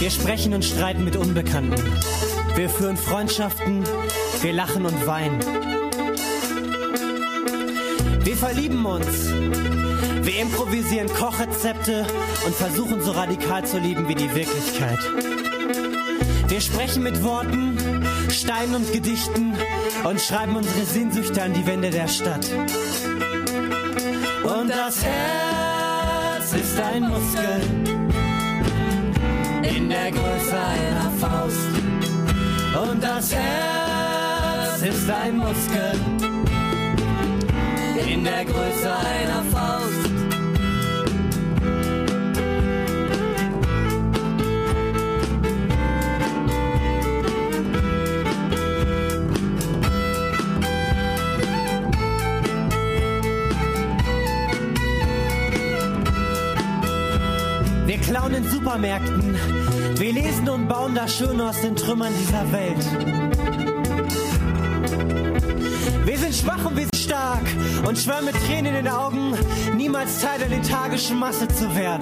Wir sprechen und streiten mit Unbekannten. Wir führen Freundschaften, wir lachen und weinen. Wir verlieben uns. Wir improvisieren Kochrezepte und versuchen so radikal zu lieben wie die Wirklichkeit. Wir sprechen mit Worten, Steinen und Gedichten und schreiben unsere Sehnsüchte an die Wände der Stadt. Und das Herz ist ein Muskel in der Größe einer Faust. Und das Herz ist ein Muskel in der Größe einer Faust. Wir klauen in Supermärkten, wir lesen und bauen das Schöne aus den Trümmern dieser Welt. Wir sind schwach und wir sind stark und schwören mit Tränen in den Augen, niemals Teil der lethargischen Masse zu werden.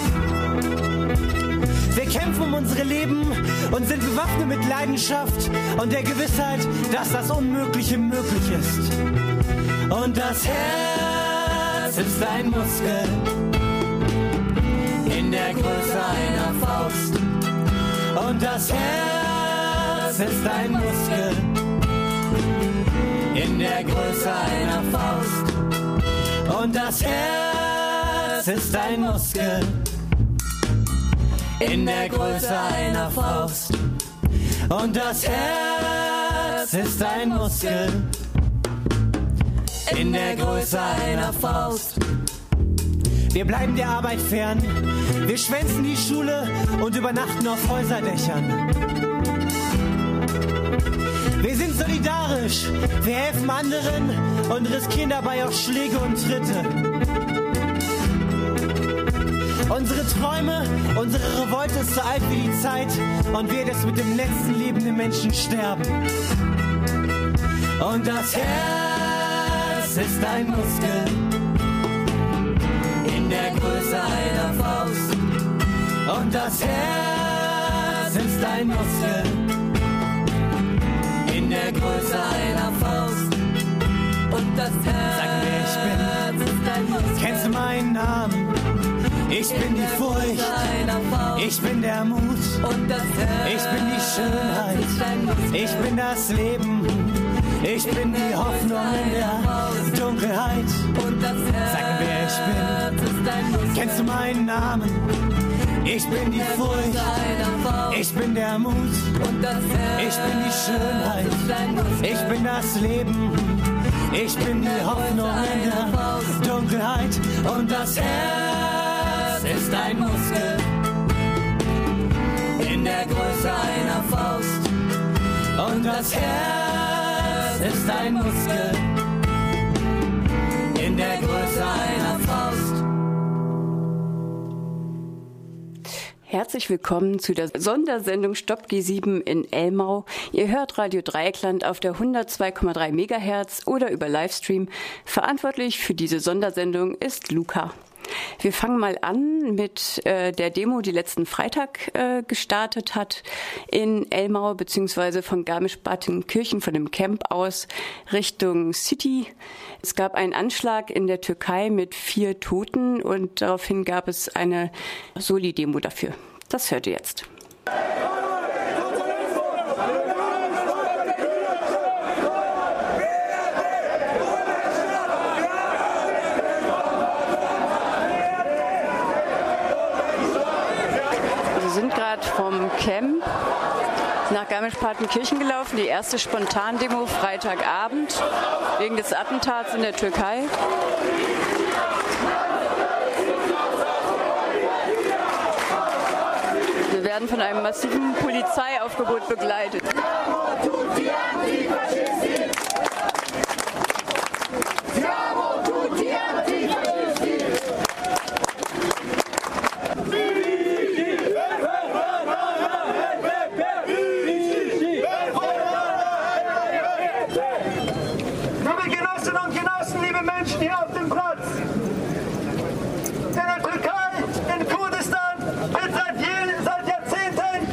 Wir kämpfen um unsere Leben und sind bewaffnet mit Leidenschaft und der Gewissheit, dass das Unmögliche möglich ist. Und das Herz ist ein Muskel in der Größe einer Faust. Und das Herz ist ein Muskel in der Größe einer Faust. Und das Herz ist ein Muskel in der Größe einer Faust. Und das Herz ist ein Muskel in der Größe einer Faust. Wir bleiben der Arbeit fern, wir schwänzen die Schule und übernachten auf Häuserdächern. Wir sind solidarisch, wir helfen anderen und riskieren dabei auch Schläge und Tritte. Unsere Träume, unsere Revolte ist so alt wie die Zeit und wir das mit dem letzten lebenden Menschen sterben. Und das Herz ist ein Muskel in der Größe einer Faust. Und das Herz ist ein Muskel in der Größe einer Faust. Und das Herz ist ein Muskel. Kennst du meinen Namen? Ich bin die Furcht, ich bin der Mut, ich bin die Schönheit, ich bin das Leben, ich bin die Hoffnung in der Dunkelheit. Sag mir, wer ich bin. Kennst du meinen Namen? Ich bin die Furcht, ich bin der Mut, ich bin die Schönheit, ich bin das Leben, ich bin die Hoffnung in der Dunkelheit. Und das Herz ist ein Muskel in der Größe einer Faust. Und das Herz ist ein Muskel in der Größe einer Faust. Herzlich willkommen zu der Sondersendung Stopp G7 in Elmau. Ihr hört Radio Dreieckland auf der 102,3 MHz oder über Livestream. Verantwortlich für diese Sondersendung ist Luca. Wir fangen mal an mit der Demo, die letzten Freitag gestartet hat in Elmau bzw. von Garmisch-Partenkirchen, von dem Camp aus Richtung City. Es gab einen Anschlag in der Türkei mit 4 Toten und daraufhin gab es eine Soli-Demo dafür. Das hört ihr jetzt. Wir sind gerade vom Camp nach Garmisch-Partenkirchen gelaufen, die erste Spontandemo Freitagabend wegen des Attentats in der Türkei. Wir werden von einem massiven Polizeiaufgebot begleitet. In der Türkei, in Kurdistan wird seit Jahrzehnten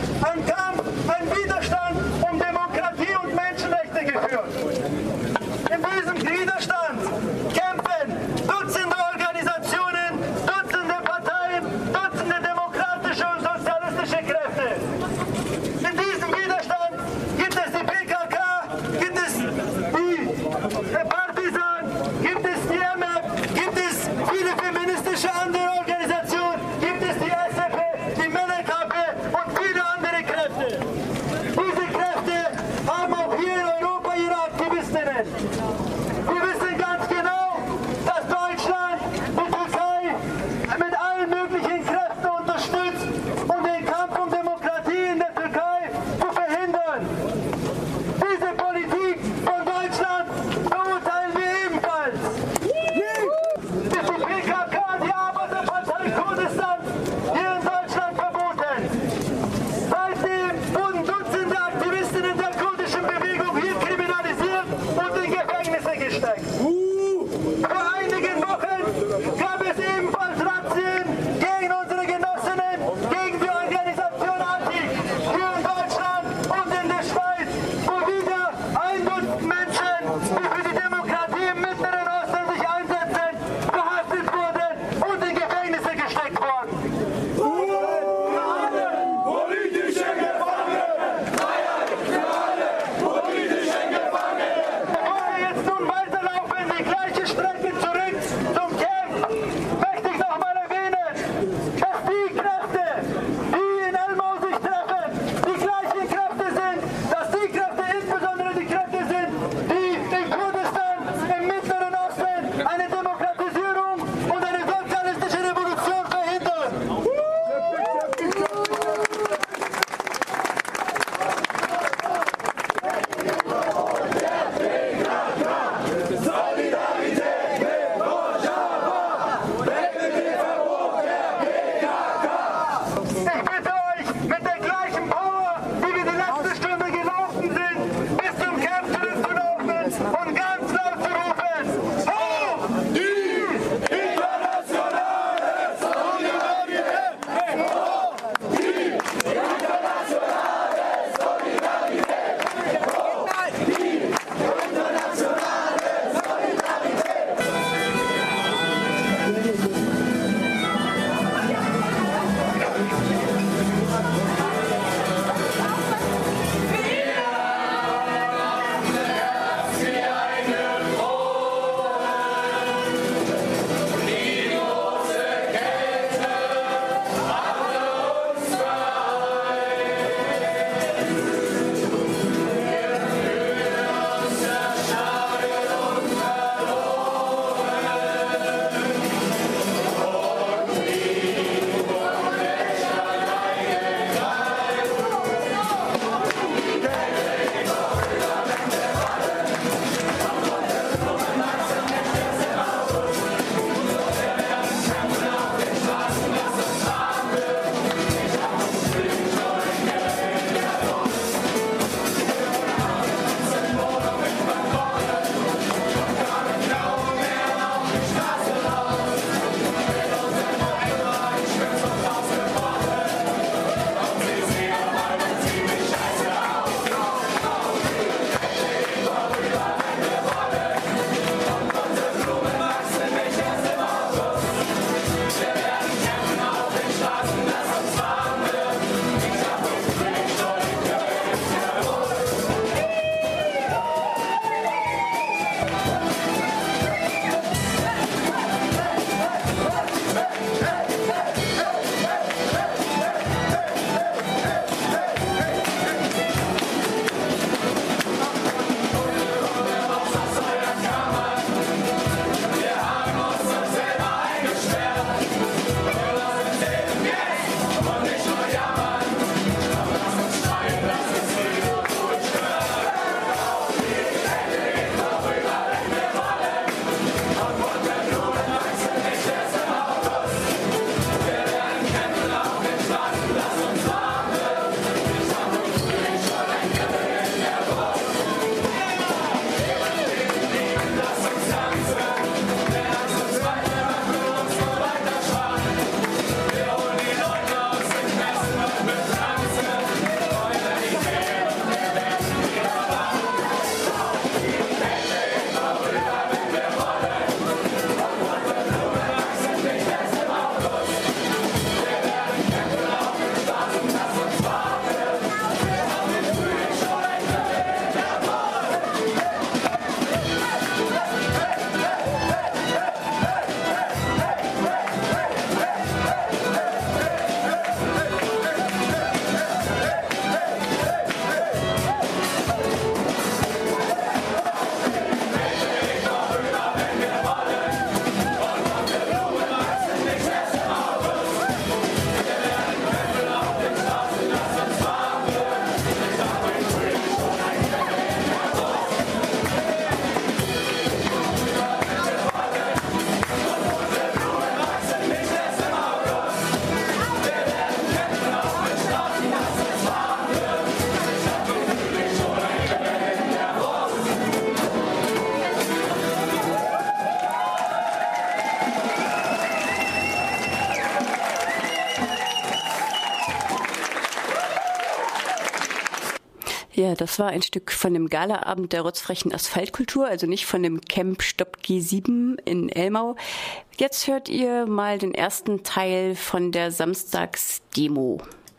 Ja, das war ein Stück von dem Galaabend der rotzfrechen Asphaltkultur, also nicht von dem Camp Stopp G7 in Elmau. Jetzt hört ihr mal den ersten Teil von der Samstagsdemo.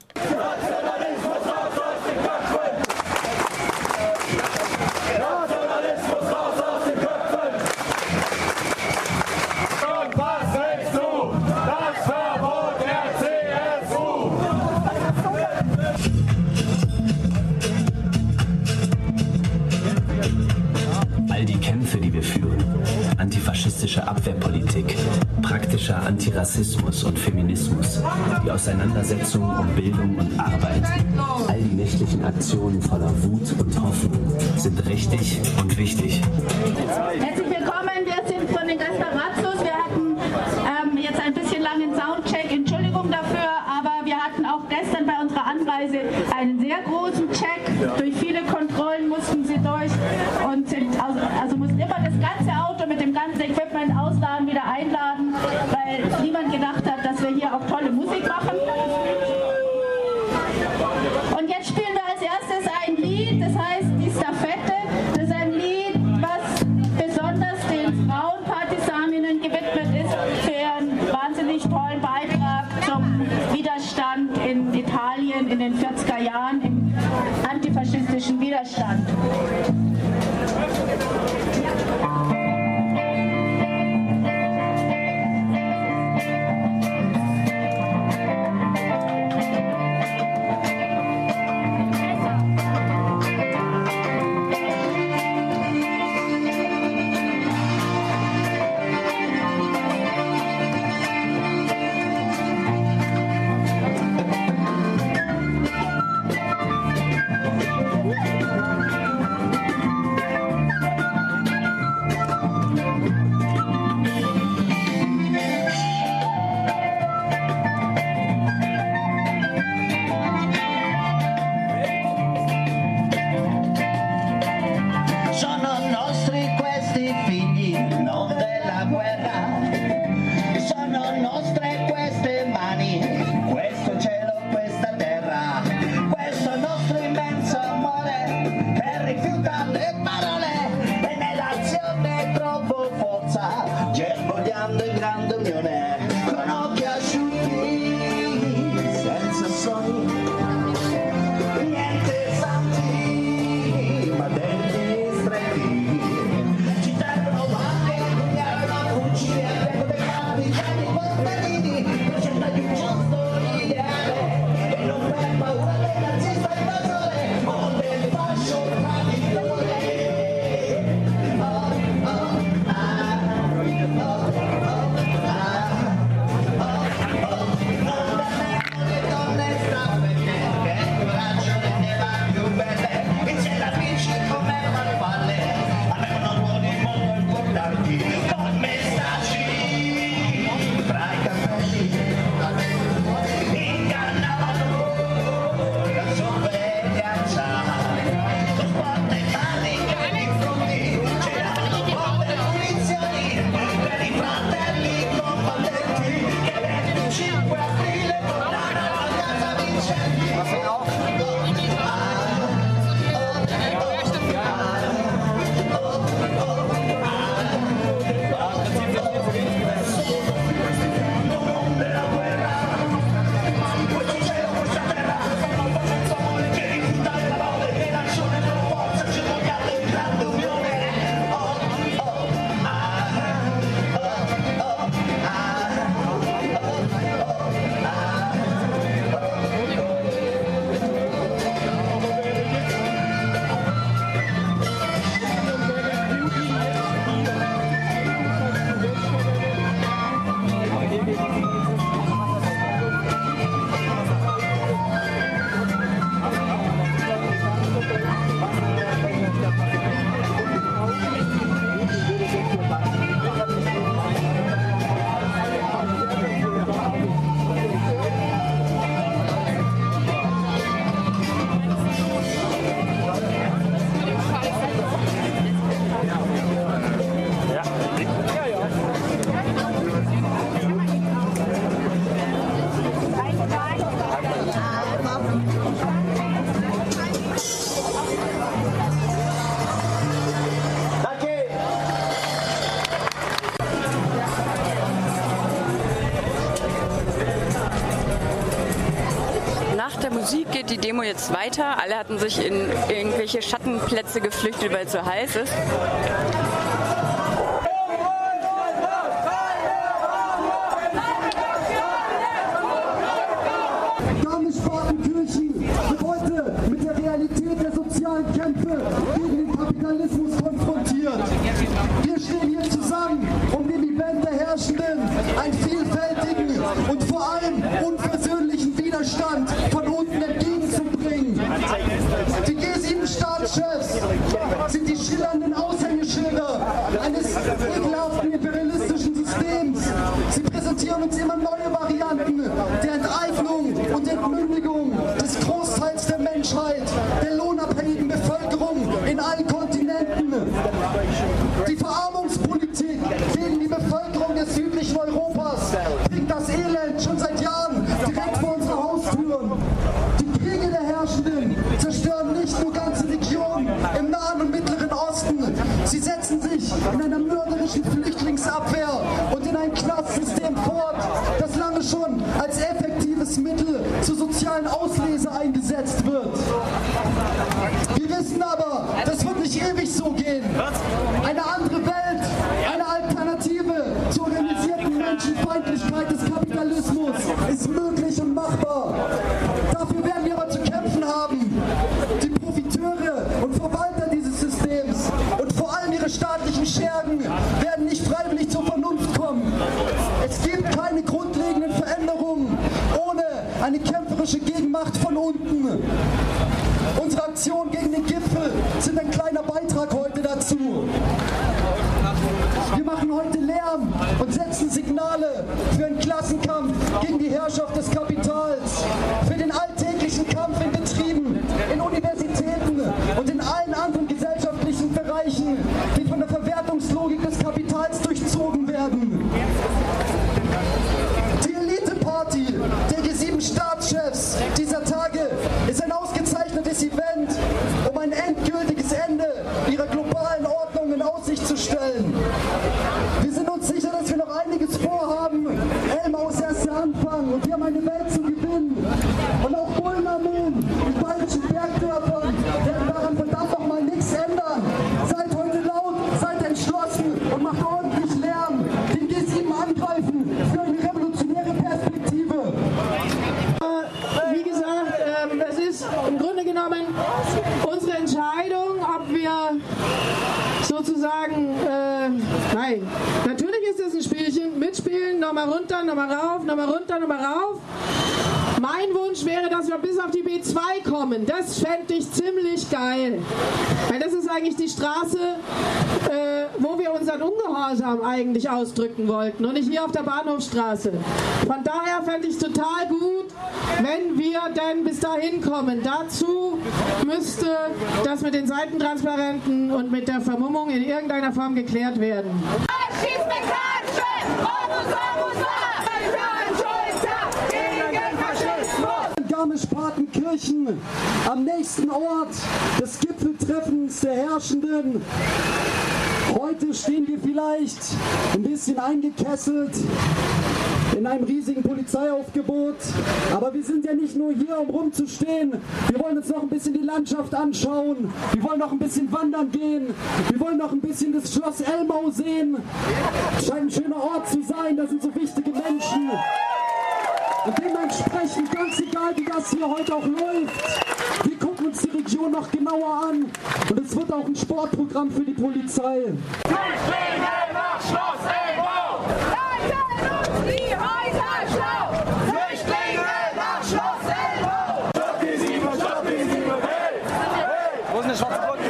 Antifaschistische Abwehrpolitik, praktischer Antirassismus und Feminismus, die Auseinandersetzung um Bildung und Arbeit, all die nächtlichen Aktionen voller Wut und Hoffnung sind richtig und wichtig. Herzlich willkommen, wir sind von den Gasparazos. Wir hatten jetzt ein bisschen langen Soundcheck, Entschuldigung dafür, aber wir hatten auch gestern bei unserer Anreise einen sehr großen Check. Durch viele Kontrollen mussten sie durch und also mussten immer das ganze Auto mit dem ganzen Equipment ausladen, wieder einladen, weil niemand gedacht hat, dass wir hier auch tolle Musik machen. Und jetzt spielen wir als erstes ein Lied, das heißt die Stafette. Das ist ein Lied, was besonders den Frauenpartisaninnen gewidmet ist, für ihren wahnsinnig tollen Beitrag zum Widerstand in Italien in den 40er Jahren, im antifaschistischen Widerstand. Musik geht die Demo jetzt weiter. Alle hatten sich in irgendwelche Schattenplätze geflüchtet, weil es so heiß ist. Garmisch-Partenkirchen wird heute mit der Realität der sozialen Kämpfe gegen den Kapitalismus konfrontiert. Wir stehen hier zusammen, um dem Event der Herrschenden einen vielfältigen und vor allem unversöhnlichen Widerstand von unten entgegenzubringen. Die G7-Staatschefs sind die schillernden Aushängeschilder eines ekelhaften imperialistischen Systems. Sie präsentieren uns immer neue Varianten der Enteignung und Entmündigung des Großteils der Menschheit, der lohnabhängigen Bevölkerung in allen Kontinenten. Die Verarmungspolitik gegen die Bevölkerung des südlichen Europas bringt das Elend schon seit Jahren direkt vor unsere Haustüren. Die Kriege der Herrschenden zerstören nicht nur ganze Regionen im Nahen und Mittleren Osten. Sie setzen sich in einer mörderischen Flüchtlingsabwehr und in ein Knastsystem fort, das lange schon als effektives Mittel zur sozialen Auslese eingesetzt wird. Wir wissen aber, das wird nicht ewig so gehen. Eine andere Welt, eine Alternative zur organisierten Menschenfeindlichkeit des Kapitalismus ist möglich und machbar. Dafür werden wir aber zu kämpfen haben. Die Profiteure und Verwalter dieses Systems und vor allem ihre staatlichen Schergen werden nicht freiwillig zur Vernunft kommen. Es gibt keine grundlegenden Veränderungen ohne eine kämpferische Gegenmacht von unten. Unsere Aktionen gegen den Gipfel sind ein kleiner Beitrag heute dazu. Wir machen heute Lärm und setzen Signale für einen Klassenkampf gegen die Herrschaft des Kapitals, für den alltäglichen Kampf in Betrieben, in Universitäten und in allen anderen gesellschaftlichen Bereichen, die von der Verwertungslogik des Kapitals durchzogen werden. Die Elite-Party der G7-Staatschefs dieser Tage ist ein ausgezeichnetes Event, um ein endgültiges Ende ihrer globalen Ordnung in Aussicht zu stellen. Wir sind uns sicher, dass wir noch einiges vorhaben. Elmau ist erst der Anfang und wir haben eine Welt zu gewinnen. Und auch Bullenarmeen in bayerischen Bergdörfern werden daran verdammt noch mal nichts ändern. Seid heute laut, seid entschlossen und macht ordentlich Lärm. Den G7 angreifen für eine revolutionäre Perspektive. Wie gesagt, es ist im Grunde genommen unsere Entscheidung, ob wir sozusagen, nein, natürlich ist es ein Spielchen, mitspielen, nochmal runter, nochmal rauf, nochmal runter, nochmal rauf. Mein Wunsch wäre, dass wir bis auf die B2 kommen. Das fände ich ziemlich geil. Weil das ist eigentlich die Straße, wo wir unseren Ungehorsam eigentlich ausdrücken wollten und nicht hier auf der Bahnhofstraße. Von daher fände ich es total gut, wenn wir denn bis dahin kommen. Dazu müsste das mit den Seitentransparenten und mit der Vermummung in irgendeiner Form geklärt werden. Garmisch-Partenkirchen, am nächsten Ort des Gipfeltreffens der Herrschenden. Heute stehen wir vielleicht ein bisschen eingekesselt in einem riesigen Polizeiaufgebot, aber wir sind ja nicht nur hier, um rumzustehen. Wir wollen uns noch ein bisschen die Landschaft anschauen, wir wollen noch ein bisschen wandern gehen, wir wollen noch ein bisschen das Schloss Elmau sehen. Scheint ein schöner Ort zu sein, da sind so wichtige Menschen. Und dementsprechend, ganz egal wie das hier heute auch läuft, wir gucken uns die Region noch genauer an und es wird auch ein Sportprogramm für die Polizei. Flüchtlinge nach Schloss Elmau! Halten uns die Häuser schlau! Flüchtlinge nach Schloss Elmau! Stopp die 7, stopp die 7, hey! Wo ist eine schwarze Brücke?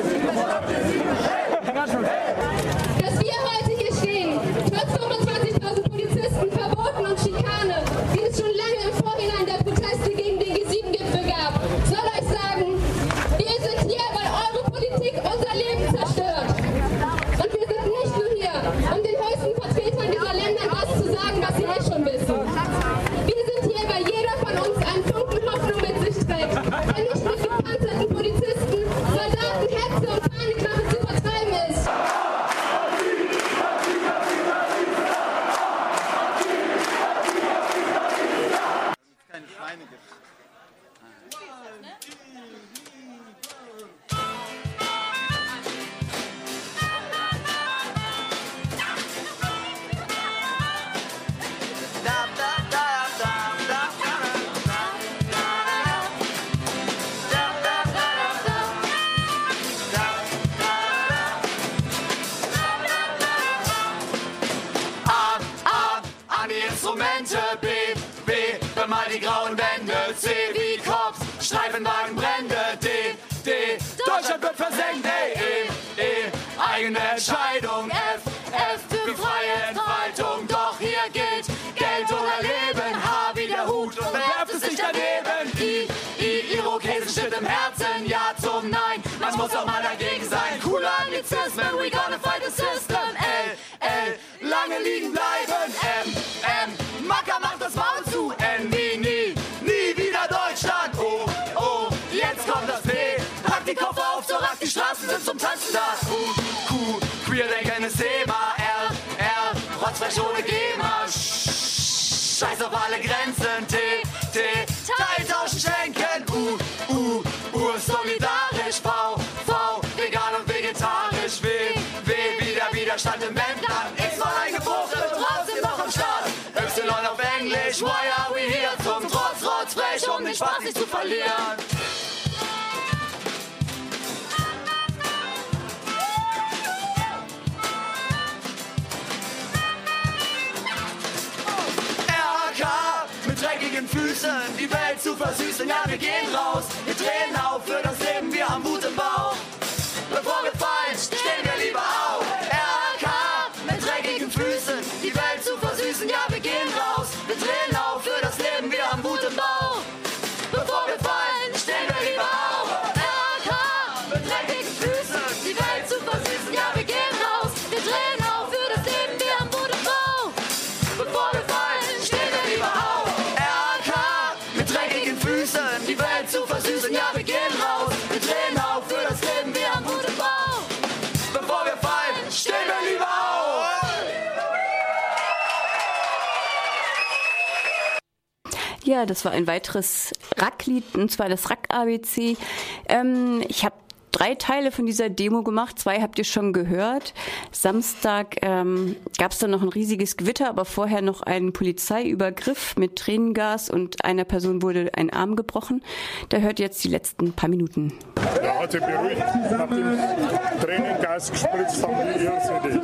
Dass wir heute hier stehen, trotz 25.000 Polizisten, Verboten und Schikane, die es schon lange im Vorhinein der Proteste gegen den G7-Gipfel gab, soll euch sagen, wir sind hier, weil eure Politik unser Leben zerstört. Und wir sind nicht nur hier, um den höchsten Vertretern dieser Länder das zu sagen, was sie schon wissen. Wir sind hier, weil jeder von uns einen Funken Hoffnung mit sich trägt, der nicht mit gepanzerten Polizisten, Soldaten, Hetze und Panikmache zu vertreiben ist. an die Instrumente. B, bemal die grauen Wände. C wie Korps, Streifenwagen, Brände. D, Deutschland wird versenkt. E, eigene Entscheidung. F für freie Entfaltung. Doch hier gilt Geld oder Leben. H wie der Hut und werft es sich daneben. I, Irokesenschnitt im Herzen. Ja zum Nein, man muss auch mal dagegen sein. Cooler Anglizismen, we gonna fight the system. L, lange liegen bleiben. M, Macker macht das Maul zu. N wie nie wieder Deutschland. O, jetzt kommt das P. Pack die Koffer auf, so rack, die Straßen sind zum Tanzen da. Q, Queerdenken ist Thema. R, rotzfrech ohne GEMA. Scheiß auf alle Grenzen. T, Teiltauschen schenken. U, solidarisch. V, vegan und vegetarisch. W, wie der Widerstand im Wendland. X mal eingefruchtet, trotzdem noch am Start. Y auf Englisch, why are we here? Zum Trotz, rotzfrech, um den Spaß nicht zu verlieren. Füßen, die Welt zu versüßen, ja wir gehen raus, wir drehen auf für das Leben, wir haben Wut im Bauch. Bevor wir fallen, stehen wir lieber auf. RAK mit dreckigen Füßen, die Welt zu versüßen, ja wir gehen raus, wir drehen auf für das Leben, wir haben Wut im Bauch. Bevor wir fallen, stehen wir lieber auf. RAK mit dreckigen Füßen, die Welt zu versüßen, ja wir gehen raus, wir drehen auf für das Leben, wir haben Wut im Bauch. Bevor wir fallen, stehen wir lieber auf. Die Welt zu versüßen, ja wir gehen raus, wir drehen auf für das Leben, wir haben Wut im Bauch. Bevor wir fallen, stehen wir lieber auf. Ja, das war ein weiteres Rack-Lied, und zwar das Rack-ABC. Ich habe 3 Teile von dieser Demo gemacht, 2 habt ihr schon gehört. Samstag gab es dann noch ein riesiges Gewitter, aber vorher noch einen Polizeiübergriff mit Tränengas und einer Person wurde ein Arm gebrochen. Da hört ihr jetzt die letzten paar Minuten. Er hatte beruhigt, hat ihm Tränengas gespritzt von der IRCD.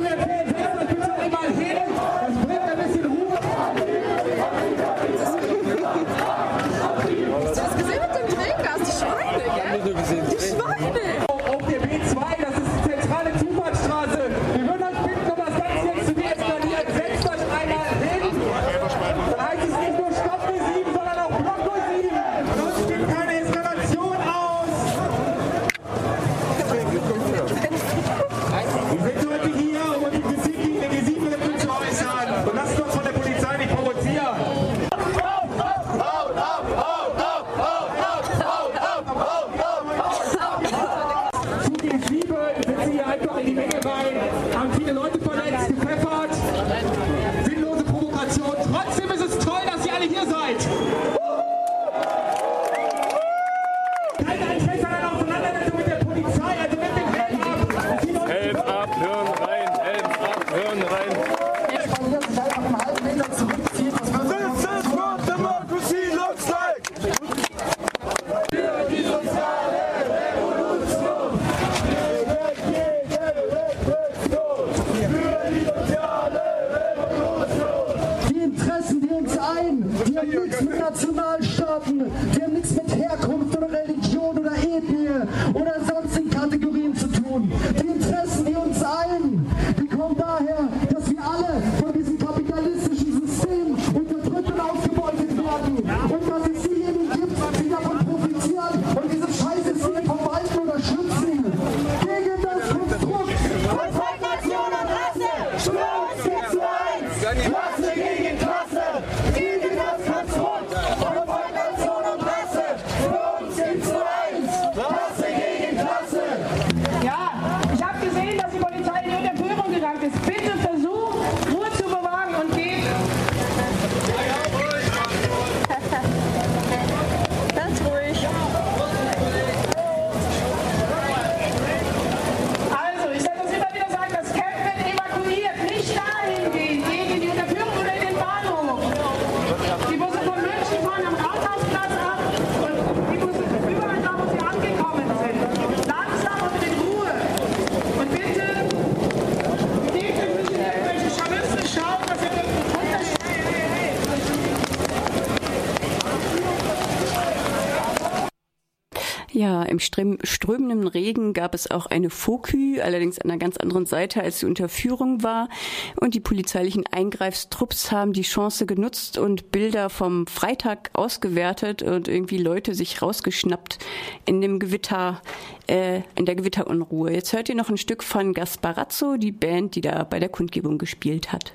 Das gesehen mit dem Tränengas, die Schweine, gell? Die Schweine! Auf der B2, das ist die zentrale Zufahrtsstraße. Wir würden euch bitten, um das Ganze jetzt zu deeskalieren. Setzt euch einmal hin. Da heißt es nicht nur Stopp B7, sondern auch Block 7. Sonst steht keine Eskalation aus. Wir sind heute hier, um die Kritik gegen den G7 zu äußern. Und lasst uns von der Polizei nicht provozieren. In die Menge rein, haben viele Leute verletzt, gepfeffert, sinnlose Provokation. Trotzdem ist es toll, dass ihr alle hier seid. Kein Interesse an einer Auseinandersetzung mit der Polizei, also mit dem Helm ab. Helm ab, Hirn rein, Helm ab, Hirn rein. Sich einfach einen halben Meter zurückzieht. This is what democracy looks like. Für die soziale Revolution. Die Interessen, die uns ein, die haben nichts mit Nationalstaaten, die haben nichts mit Herkunft oder Religion oder Ethnie oder sonstigen Kategorien zu tun. Die Interessen, die uns ein, die kommen daher, dass wir alle von diesem kapitalistischen System unterdrückt und ausgebeutet werden und dass es diejenigen gibt, die davon profitieren und dieses Scheißsystem verwalten oder schützen. Gegen das Konstrukt von Nation und Rasse schwören uns wir zu eins. Klasse gegen Klasse, gegen das Konstrukt von Nation und Rasse schwören uns wir zu eins. Klasse gegen Klasse. Ja, ich habe gesehen, dass die Polizei in Empörung gegangen ist. Bitte versucht, Ruhe zu bewahren und geht. Ganz ruhig. Also, ich werde das immer wieder sagen, das Camp wird evakuiert. Nicht dahin gehen, geht in die Unterführung oder in den Bahnhof. Die Busse von München fahren am Rathausplatz ab und die Busse überall da, wo sie angekommen sind. Langsam und in Ruhe. Und bitte, geht nicht in irgendwelche Scharmützel schauen, dass ihr irgendwo runtersteht. Ja, im strömenden Regen gab es auch eine Fokü, allerdings an einer ganz anderen Seite, als die Unterführung war. Und die polizeilichen Eingreifstrupps haben die Chance genutzt und Bilder vom Freitag ausgewertet und irgendwie Leute sich rausgeschnappt in dem Gewitter, in der Gewitterunruhe. Jetzt hört ihr noch ein Stück von Gasparazzo, die Band, die da bei der Kundgebung gespielt hat.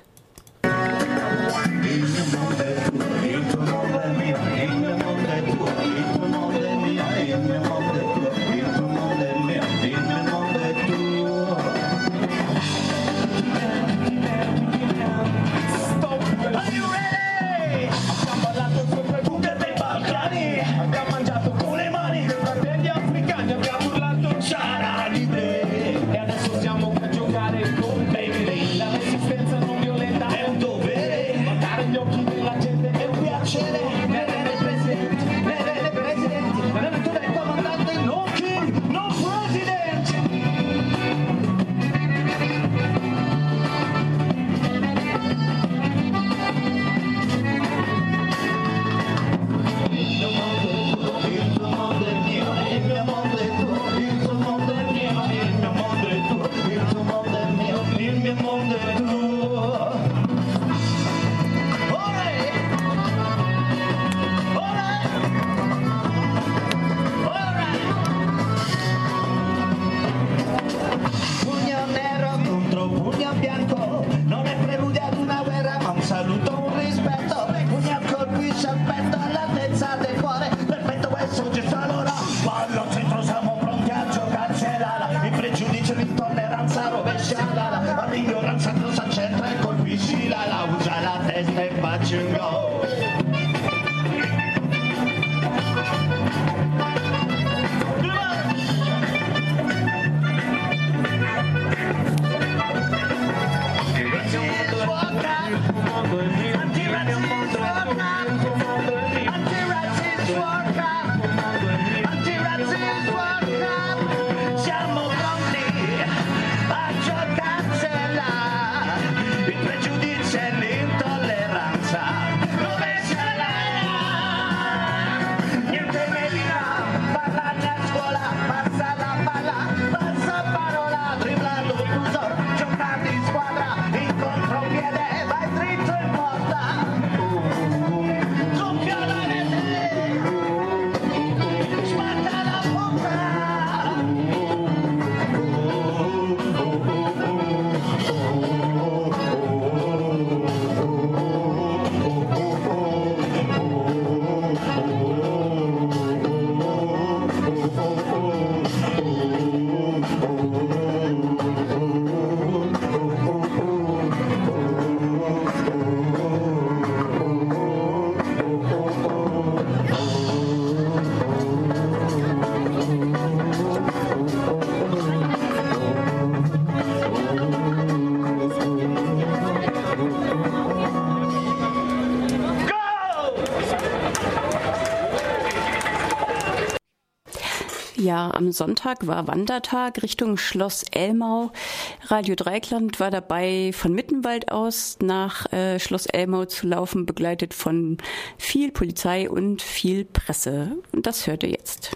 Ja, am Sonntag war Wandertag Richtung Schloss Elmau. Radio Dreieckland war dabei, von Mittenwald aus nach Schloss Elmau zu laufen, begleitet von viel Polizei und viel Presse. Und das hört ihr jetzt.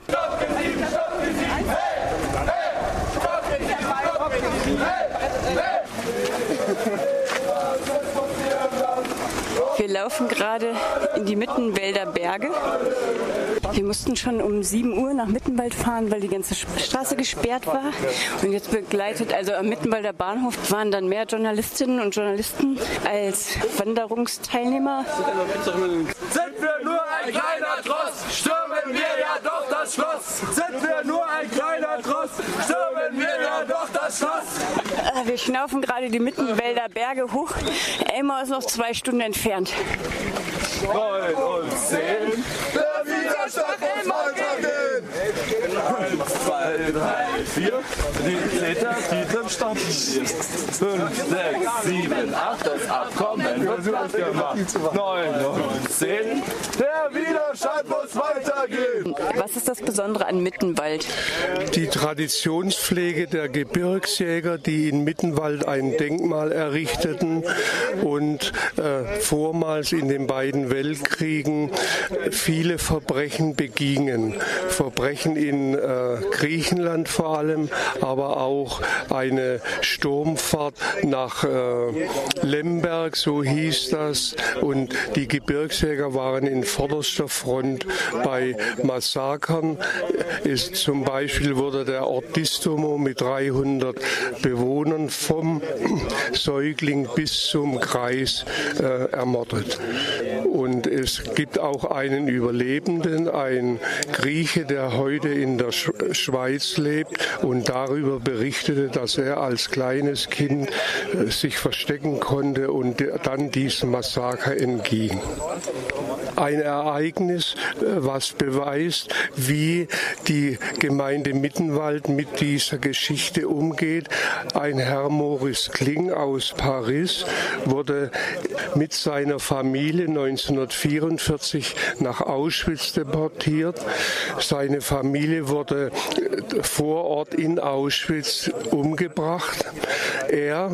Wir laufen gerade in die Mittenwälder Berge. Wir mussten schon um 7 Uhr nach Mittenwald fahren, weil die ganze Straße gesperrt war. Und jetzt begleitet, also am Mittenwalder Bahnhof waren dann mehr Journalistinnen und Journalisten als Wanderungsteilnehmer. Sind wir nur ein kleiner Tross, stürmen wir ja doch das Schloss. Sind wir nur ein kleiner Tross, stürmen wir ja doch das Schloss. Wir schnaufen gerade die Mittenwälder Berge hoch. Elmau ist noch 2 Stunden entfernt. 9 und 10, der Widerstand muss weitergehen. 1, 2, 2, 3, 4. Die Zeta, die zum Stoppen. 5, 6, 7, 8. Das Abkommen wird platt gemacht. 9 und 10. Der Widerstand muss weitergehen. Was ist das Besondere an Mittenwald? Die Traditionspflege der Gebirgsjäger, die in Mittenwald ein Denkmal errichteten und vormals in den beiden Weltkriegen viele Verbrechen begingen. Verbrechen in Griechenland vor allem, aber auch eine Sturmfahrt nach Lemberg, so hieß das. Und die Gebirgsjäger waren in vorderster Front bei Massakern. Zum Beispiel wurde der Ort Distomo mit 300 Bewohnern vom Säugling bis zum Kreis ermordet. Und es gibt auch einen Überlebenden, ein Grieche, der heute in der Schweiz lebt und darüber berichtete, dass er als kleines Kind sich verstecken konnte und dann diesem Massaker entging. Ein Ereignis, was beweist, wie die Gemeinde Mittenwald mit dieser Geschichte umgeht. Ein Herr Maurice Kling aus Paris wurde mit seiner Familie 1944 nach Auschwitz deportiert. Seine Familie wurde vor Ort in Auschwitz umgebracht. Er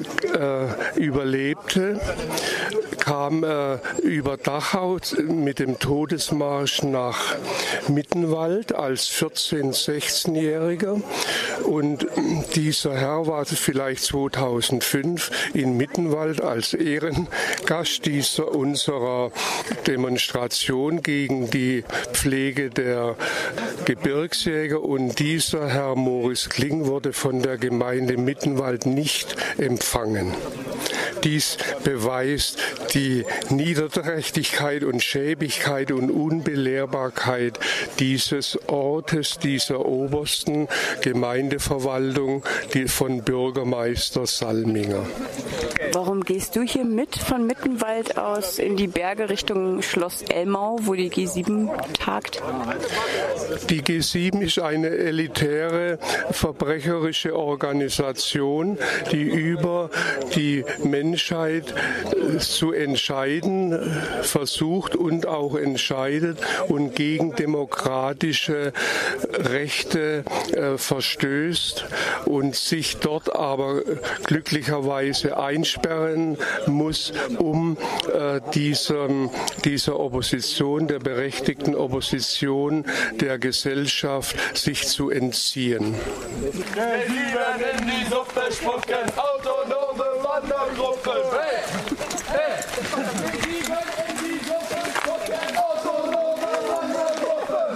überlebte, kam über Dachau mit dem Todesmarsch nach Mittenwald als 14-, 16-Jähriger. Und dieser Herr war vielleicht 2005 in Mittenwald als Ehrengast unserer Demonstration gegen die Pflege der Gebirgsjäger. Und dieser Herr Maurice Kling wurde von der Gemeinde Mittenwald nicht empfangen. Dies beweist die Niederträchtigkeit und Schäbigkeit und Unbelehrbarkeit dieses Ortes, dieser obersten Gemeindeverwaltung, die von Bürgermeister Salminger. Warum gehst du hier mit von Mittenwald aus in die Berge Richtung Schloss Elmau, wo die G7 tagt? Die G7 ist eine elitäre, verbrecherische Organisation, die über die Menschheit zu entscheiden versucht und auch entscheidet und gegen demokratische Rechte verstößt und sich dort aber glücklicherweise einsperren muss, um dieser Opposition, der berechtigten Opposition der Gesellschaft sich zu entziehen. In die Suppe spucken, autonome Wandergruppen. Hey! Hey! In die Suppe spucken, autonome Wandergruppen.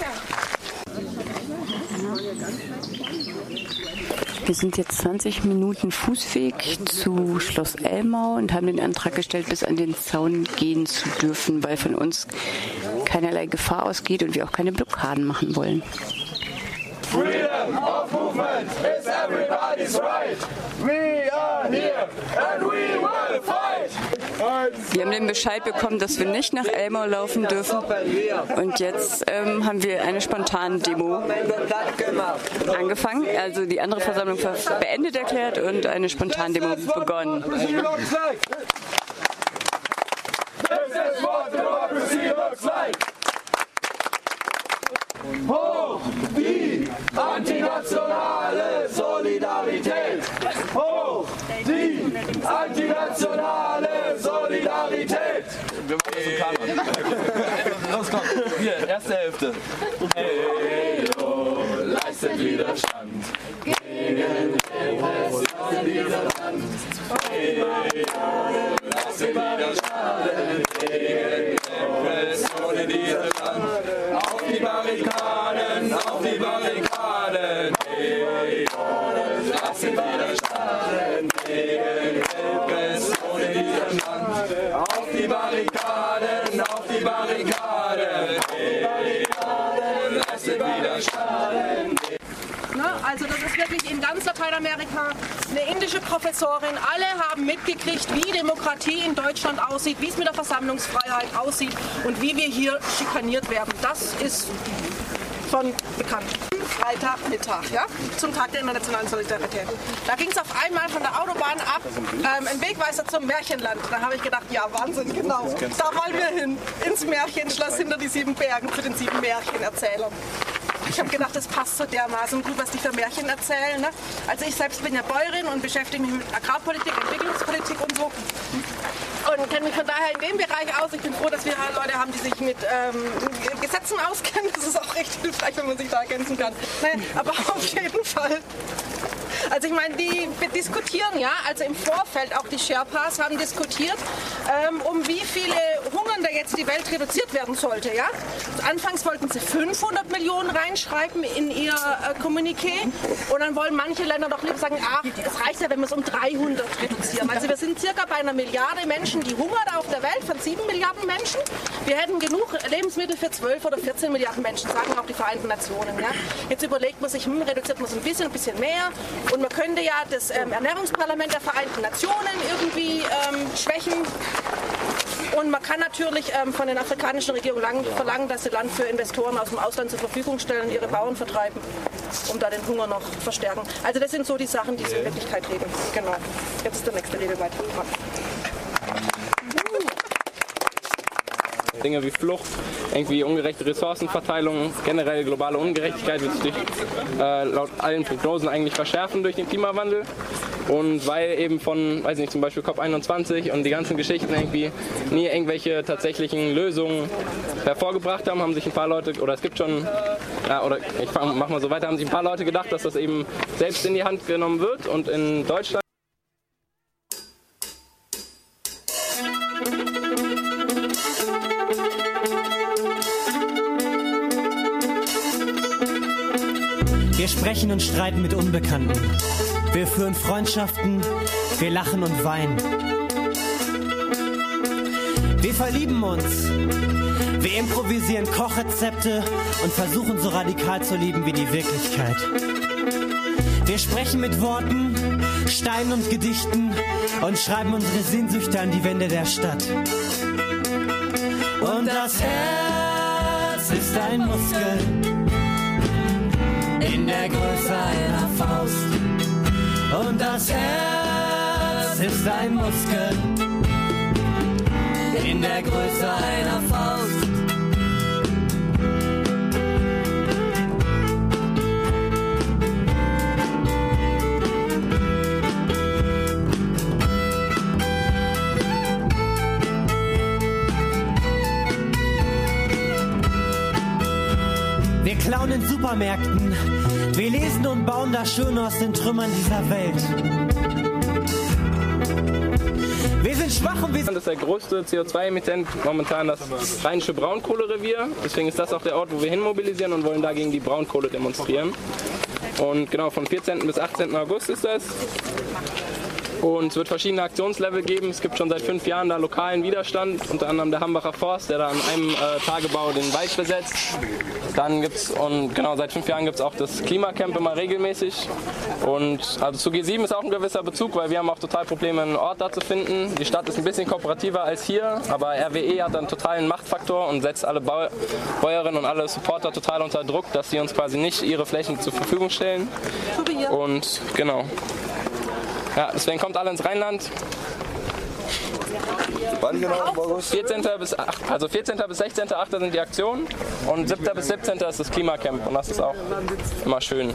Wir sind jetzt 20 Minuten Fußweg zu Schloss Elmau und haben den Antrag gestellt, bis an den Zaun gehen zu dürfen, weil von uns keinerlei Gefahr ausgeht und wir auch keine Blockaden machen wollen. Freedom of movement is everybody's right. We are here and we will fight. Wir haben den Bescheid bekommen, dass wir nicht nach Elmau laufen dürfen. Und jetzt haben wir eine spontane Demo angefangen. Also die andere Versammlung beendet erklärt und eine spontane Demo begonnen. This is what democracy looks like. Hoch die antinationale Solidarität! Hoch die antinationale Solidarität! Wir machen das Los, komm. Hier, erste Hälfte. Hey, oh, leistet Widerstand gegen Repression dieser Land. Hey, oh, leistet Widerstand gegen Repression in diesem Land. Auf die Barrikaden, auf die Barrikaden. Hey, oh, leistet Widerstand gegen Repression in diesem Land. Auf die Barrikaden, auf die Barrikaden. Hey, oh, leistet Widerstand. Also das ist wirklich in ganz Lateinamerika eine indische Professorin. Alle haben mitgekriegt, wie Demokratie in Deutschland aussieht, wie es mit der Versammlungsfreiheit aussieht und wie wir hier schikaniert werden. Das ist schon bekannt. Freitagmittag, ja, zum Tag der internationalen Solidarität. Da ging es auf einmal von der Autobahn ab, ein Wegweiser zum Märchenland. Da habe ich gedacht, ja Wahnsinn, genau, da wollen wir hin, ins Märchenschloss hinter die 7 Bergen zu den 7 Märchenerzählern. Ich habe gedacht, das passt so dermaßen gut, was die für Märchen erzählen. Ne? Also ich selbst bin ja Bäuerin und beschäftige mich mit Agrarpolitik, Entwicklungspolitik und so. Und kenne mich von daher in dem Bereich aus. Ich bin froh, dass wir halt Leute haben, die sich mit Gesetzen auskennen. Das ist auch recht hilfreich, wenn man sich da ergänzen kann. Naja, aber auf jeden Fall. Also ich meine, die diskutieren ja, also im Vorfeld auch die Sherpas haben diskutiert, um wie viele Hungernde jetzt die Welt reduziert werden sollte. Ja? Anfangs wollten sie 500 Millionen reinschreiben in ihr Kommuniqué und dann wollen manche Länder doch lieber sagen, ach, es reicht ja, wenn wir es um 300 reduzieren. Also wir sind circa bei 1 Milliarde Menschen, die hungern auf der Welt, von 7 Milliarden Menschen. Wir hätten genug Lebensmittel für 12 oder 14 Milliarden Menschen, sagen auch die Vereinten Nationen. Ja? Jetzt überlegt man sich, reduziert man es ein bisschen mehr. Und man könnte ja das Ernährungsparlament der Vereinten Nationen irgendwie schwächen. Und man kann natürlich von den afrikanischen Regierungen verlangen, dass sie Land für Investoren aus dem Ausland zur Verfügung stellen und ihre Bauern vertreiben, um da den Hunger noch verstärken. Also das sind so die Sachen, die sie in Wirklichkeit reden. Genau. Jetzt ist der nächste Redebeitrag dran. Dinge wie Flucht, irgendwie ungerechte Ressourcenverteilung, generell globale Ungerechtigkeit wird sich laut allen Prognosen eigentlich verschärfen durch den Klimawandel. Und weil eben von, weiß nicht, zum Beispiel COP21 und die ganzen Geschichten irgendwie nie irgendwelche tatsächlichen Lösungen hervorgebracht haben, haben sich ein paar Leute, oder es gibt schon, mach mal so weiter, haben sich ein paar Leute gedacht, dass das eben selbst in die Hand genommen wird. Und in Deutschland Wir sprechen und streiten mit Unbekannten. Wir führen Freundschaften, wir lachen und weinen. Wir verlieben uns. Wir improvisieren Kochrezepte und versuchen so radikal zu lieben wie die Wirklichkeit. Wir sprechen mit Worten, Steinen und Gedichten und schreiben unsere Sehnsüchte an die Wände der Stadt. Und das Herz ist ein Muskel in der Größe einer Faust. Und das Herz ist ein Muskel in der Größe einer Faust. Wir klauen in Supermärkten, wir lesen und bauen das Schöne aus den Trümmern dieser Welt. Wir sind schwach und wir Das ist der größte CO2-Emittent momentan das Rheinische Braunkohlerevier. Deswegen ist das auch der Ort, wo wir hinmobilisieren und wollen dagegen die Braunkohle demonstrieren. Und genau, vom 14. bis 18. August ist das. Und es wird verschiedene Aktionslevel geben. Es gibt schon seit 5 Jahren da lokalen Widerstand, unter anderem der Hambacher Forst, der da an einem Tagebau den Wald besetzt. Dann gibt's, und genau, seit 5 Jahren gibt es auch das Klimacamp immer regelmäßig. Und also zu G7 ist auch ein gewisser Bezug, weil wir haben auch total Probleme, einen Ort da zu finden. Die Stadt ist ein bisschen kooperativer als hier, aber RWE hat einen totalen Machtfaktor und setzt alle Bäuerinnen und alle Supporter total unter Druck, dass sie uns quasi nicht ihre Flächen zur Verfügung stellen. Und genau. Ja, deswegen kommt alle ins Rheinland. Wann genau im August? 14. bis 16.8. sind die Aktionen und 7. bis 17. ist das Klimacamp und das ist auch immer schön.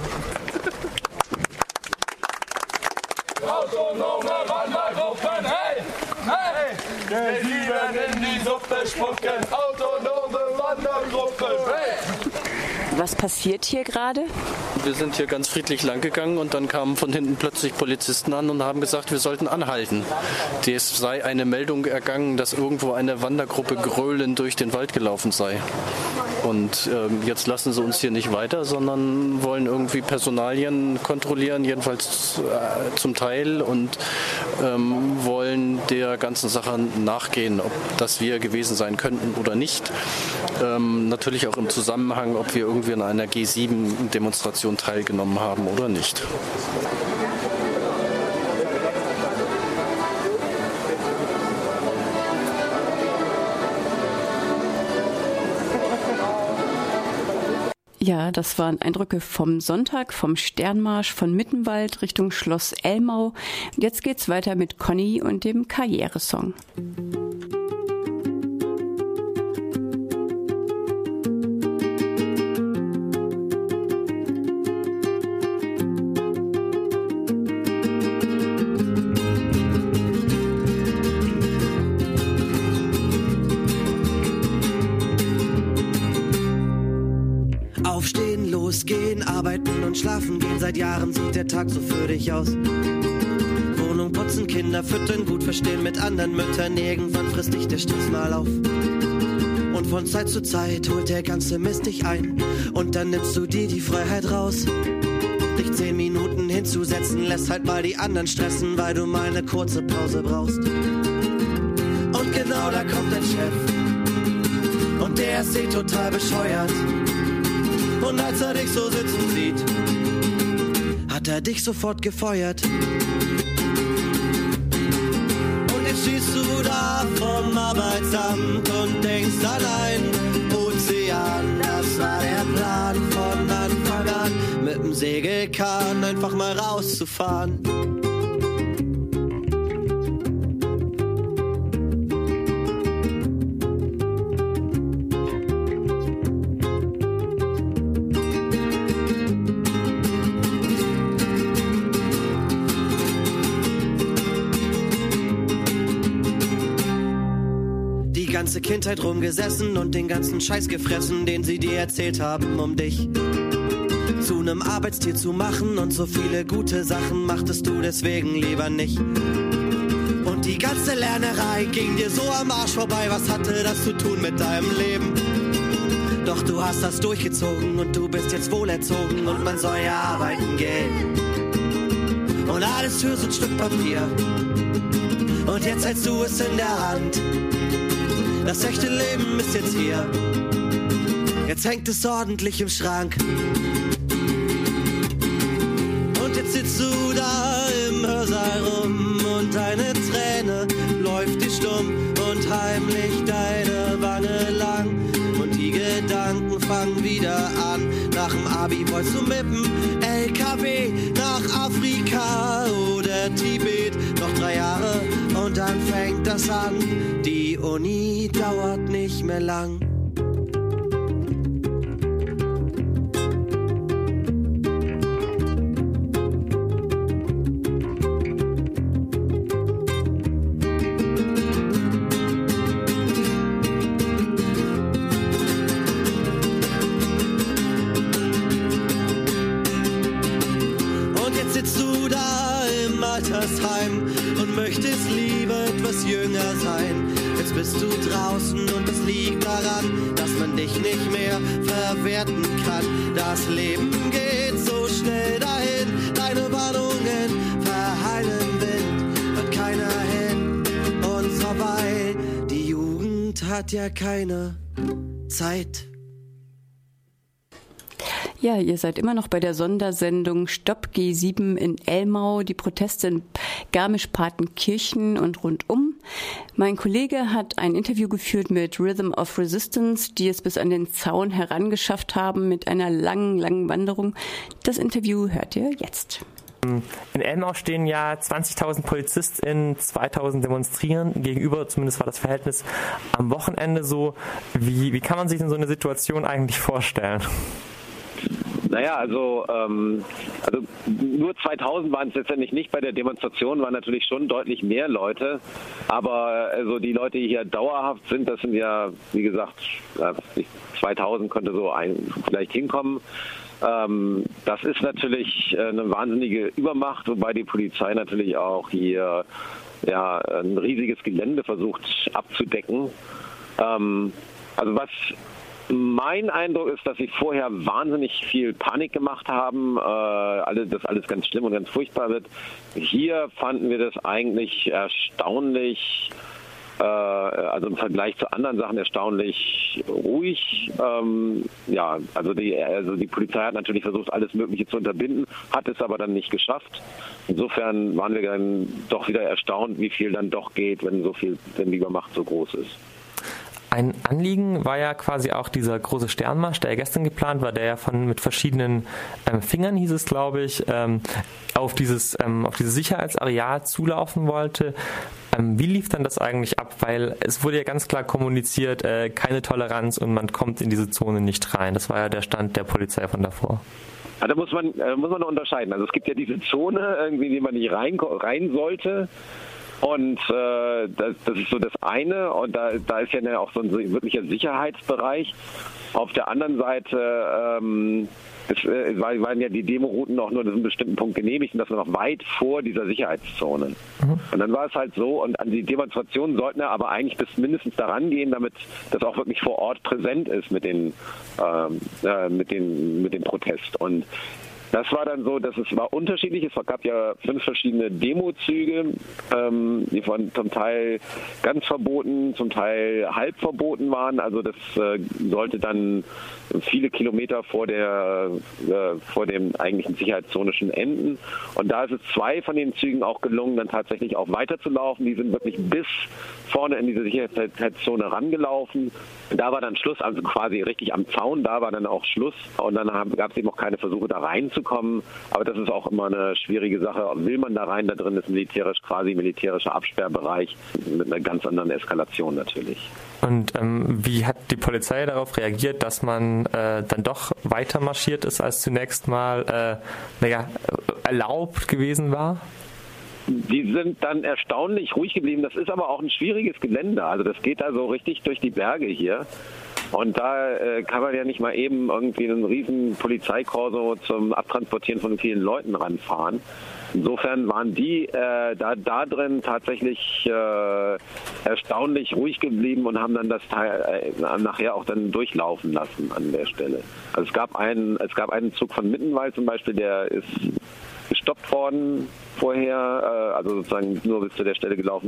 Autonome Wandergruppen, hey, hey! G7 in die Suppe spucken, autonome Wandergruppen, hey! Was passiert hier gerade? Wir sind hier ganz friedlich langgegangen und dann kamen von hinten plötzlich Polizisten an und haben gesagt, wir sollten anhalten. Es sei eine Meldung ergangen, dass irgendwo eine Wandergruppe gröhlend durch den Wald gelaufen sei. Und jetzt lassen sie uns hier nicht weiter, sondern wollen irgendwie Personalien kontrollieren, jedenfalls zum Teil, und wollen der ganzen Sache nachgehen, ob das wir gewesen sein könnten oder nicht. Natürlich auch im Zusammenhang, ob wir irgendwie an einer G7-Demonstration teilgenommen haben oder nicht. Ja, das waren Eindrücke vom Sonntag, vom Sternmarsch von Mittenwald Richtung Schloss Elmau. Und jetzt geht's weiter mit Conny und dem Karrieresong. Aufstehen, losgehen, arbeiten und schlafen gehen. Seit Jahren sieht der Tag so für dich aus. Wohnung putzen, Kinder füttern, gut verstehen mit anderen Müttern. Irgendwann frisst dich der Stress mal auf. Und von Zeit zu Zeit holt der ganze Mist dich ein. Und dann nimmst du dir die Freiheit raus. Dich 10 Minuten hinzusetzen, lässt halt mal die anderen stressen, weil du mal eine kurze Pause brauchst. Und genau da kommt dein Chef. Und der ist total bescheuert. Und als er dich so sitzen sieht, hat er dich sofort gefeuert. Und jetzt stehst du da vom Arbeitsamt und denkst an einen Ozean. Das war der Plan von Anfang an, mit dem Segelkahn einfach mal rauszufahren. Ganze Kindheit rumgesessen und den ganzen Scheiß gefressen, den sie dir erzählt haben, um dich zu einem Arbeitstier zu machen. Und so viele gute Sachen machtest du deswegen lieber nicht. Und die ganze Lernerei ging dir so am Arsch vorbei. Was hatte das zu tun mit deinem Leben? Doch du hast das durchgezogen und du bist jetzt wohlerzogen und man soll ja arbeiten gehen. Und alles für so ein Stück Papier. Und jetzt hältst du es in der Hand. Das echte Leben ist jetzt hier. Jetzt hängt es ordentlich im Schrank. Und jetzt sitzt du da im Hörsaal rum und deine Träne läuft dir stumm und heimlich deine Wange lang. Und die Gedanken fangen wieder an. Nach dem Abi wolltest du mit dem LKW nach Afrika oder Tibet. Noch 3 Jahre und dann fängt das an. Die Uni dauert nicht mehr lang. Und jetzt sitzt du da im Altersheim und möchtest lieber etwas jünger sein. Jetzt bist du draußen und es liegt daran, dass man dich nicht mehr verwerten kann. Das Leben geht so schnell dahin, deine Warnungen verhallen Wind, hört keiner hin und vorbei. Die Jugend hat ja keine Zeit. Ja, ihr seid immer noch bei der Sondersendung Stopp G7 in Elmau, die Proteste in Garmisch-Partenkirchen und rundum. Mein Kollege hat ein Interview geführt mit Rhythm of Resistance, die es bis an den Zaun herangeschafft haben mit einer langen Wanderung. Das Interview hört ihr jetzt. In Elmau stehen ja 20.000 PolizistInnen, 2.000 demonstrieren. Gegenüber, zumindest war das Verhältnis am Wochenende so. Wie kann man sich denn so eine Situation eigentlich vorstellen? Naja, also nur 2000 waren es letztendlich nicht. Bei der Demonstration waren natürlich schon deutlich mehr Leute. Aber also die Leute, die hier dauerhaft sind, das sind ja, wie gesagt, 2000 könnte so vielleicht hinkommen. Das ist natürlich eine wahnsinnige Übermacht, wobei die Polizei natürlich auch hier ja ein riesiges Gelände versucht abzudecken. Also was mein Eindruck ist, dass sie vorher wahnsinnig viel Panik gemacht haben, dass alles ganz schlimm und ganz furchtbar wird. Hier fanden wir das eigentlich erstaunlich, also im Vergleich zu anderen Sachen erstaunlich ruhig. Also die Polizei hat natürlich versucht, alles Mögliche zu unterbinden, hat es aber dann nicht geschafft. Insofern waren wir dann doch wieder erstaunt, wie viel dann doch geht, wenn die Übermacht so groß ist. Ein Anliegen war ja quasi auch dieser große Sternmarsch, der ja gestern geplant war, der ja mit verschiedenen Fingern, hieß es, glaube ich, auf dieses Sicherheitsareal zulaufen wollte. Wie lief dann das eigentlich ab? Weil es wurde ja ganz klar kommuniziert, keine Toleranz und man kommt in diese Zone nicht rein. Das war ja der Stand der Polizei von davor. Ja, da muss man noch unterscheiden. Also es gibt ja diese Zone, irgendwie, in die man nicht rein sollte. Und das ist so das eine. Und da ist ja auch so ein wirklicher Sicherheitsbereich. Auf der anderen Seite waren ja die Demorouten auch nur an einem bestimmten Punkt genehmigt und das war noch weit vor dieser Sicherheitszone. Und dann war es halt so, und an die Demonstrationen sollten wir aber eigentlich bis mindestens daran gehen, damit das auch wirklich vor Ort präsent ist mit dem Protest. Und das war dann so, dass es war unterschiedlich. Es gab ja 5 verschiedene Demozüge, die zum Teil ganz verboten, zum Teil halb verboten waren. Also das sollte dann viele Kilometer vor dem eigentlichen Sicherheitszone schon enden. Und da ist es 2 von den Zügen auch gelungen, dann tatsächlich auch weiterzulaufen. Die sind wirklich bis vorne in diese Sicherheitszone rangelaufen. Da war dann Schluss, also quasi richtig am Zaun, da war dann auch Schluss. Und dann gab es eben auch keine Versuche, da reinzukommen. Aber das ist auch immer eine schwierige Sache. Will man da rein? Da drin ist militärischer Absperrbereich mit einer ganz anderen Eskalation natürlich. Und wie hat die Polizei darauf reagiert, dass man dann doch weiter marschiert ist, als zunächst mal erlaubt gewesen war? Die sind dann erstaunlich ruhig geblieben. Das ist aber auch ein schwieriges Gelände. Also das geht da so richtig durch die Berge hier. Und da kann man ja nicht mal eben irgendwie einen riesen Polizeikorso zum Abtransportieren von vielen Leuten ranfahren. Insofern waren die da drin tatsächlich erstaunlich ruhig geblieben und haben dann das Teil nachher auch dann durchlaufen lassen an der Stelle. Also es gab einen Zug von Mittenwald zum Beispiel, der ist gestoppt worden vorher, also sozusagen nur bis zu der Stelle gelaufen,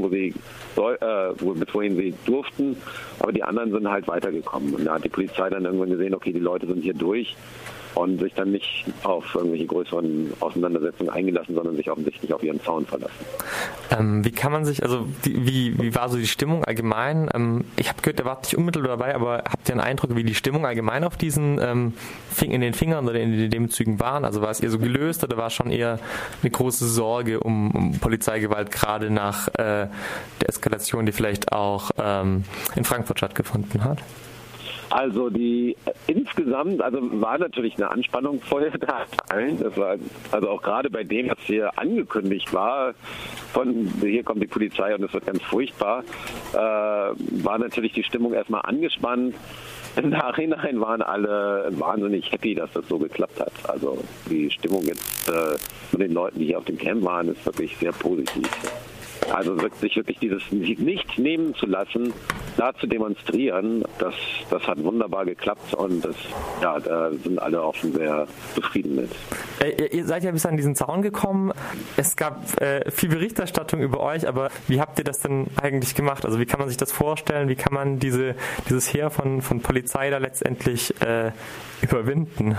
wohin sie durften, aber die anderen sind halt weitergekommen. Und da hat die Polizei dann irgendwann gesehen, okay, die Leute sind hier durch und sich dann nicht auf irgendwelche größeren Auseinandersetzungen eingelassen, sondern sich offensichtlich auf ihren Zaun verlassen. Wie kann man sich, also wie war so die Stimmung allgemein? Ich habe gehört, ihr wart nicht unmittelbar dabei, aber habt ihr einen Eindruck, wie die Stimmung allgemein auf diesen in den Fingern oder in den Demzügen waren? Also war es eher so gelöst oder war schon eher eine große Sorge um Polizeigewalt, gerade nach der Eskalation, die vielleicht auch in Frankfurt stattgefunden hat? Also insgesamt war natürlich eine Anspannung vorher da. Das war also auch gerade bei dem, was hier angekündigt war, hier kommt die Polizei und es wird ganz furchtbar, war natürlich die Stimmung erstmal angespannt. Im Nachhinein waren alle wahnsinnig happy, dass das so geklappt hat. Also die Stimmung jetzt von den Leuten, die hier auf dem Camp waren, ist wirklich sehr positiv. Also wirklich dieses nicht nehmen zu lassen, da zu demonstrieren, das hat wunderbar geklappt und da sind alle auch schon sehr zufrieden mit. Ihr seid ja bis an diesen Zaun gekommen. Es gab viel Berichterstattung über euch, aber wie habt ihr das denn eigentlich gemacht? Also wie kann man sich das vorstellen? Wie kann man dieses Heer von Polizei da letztendlich überwinden?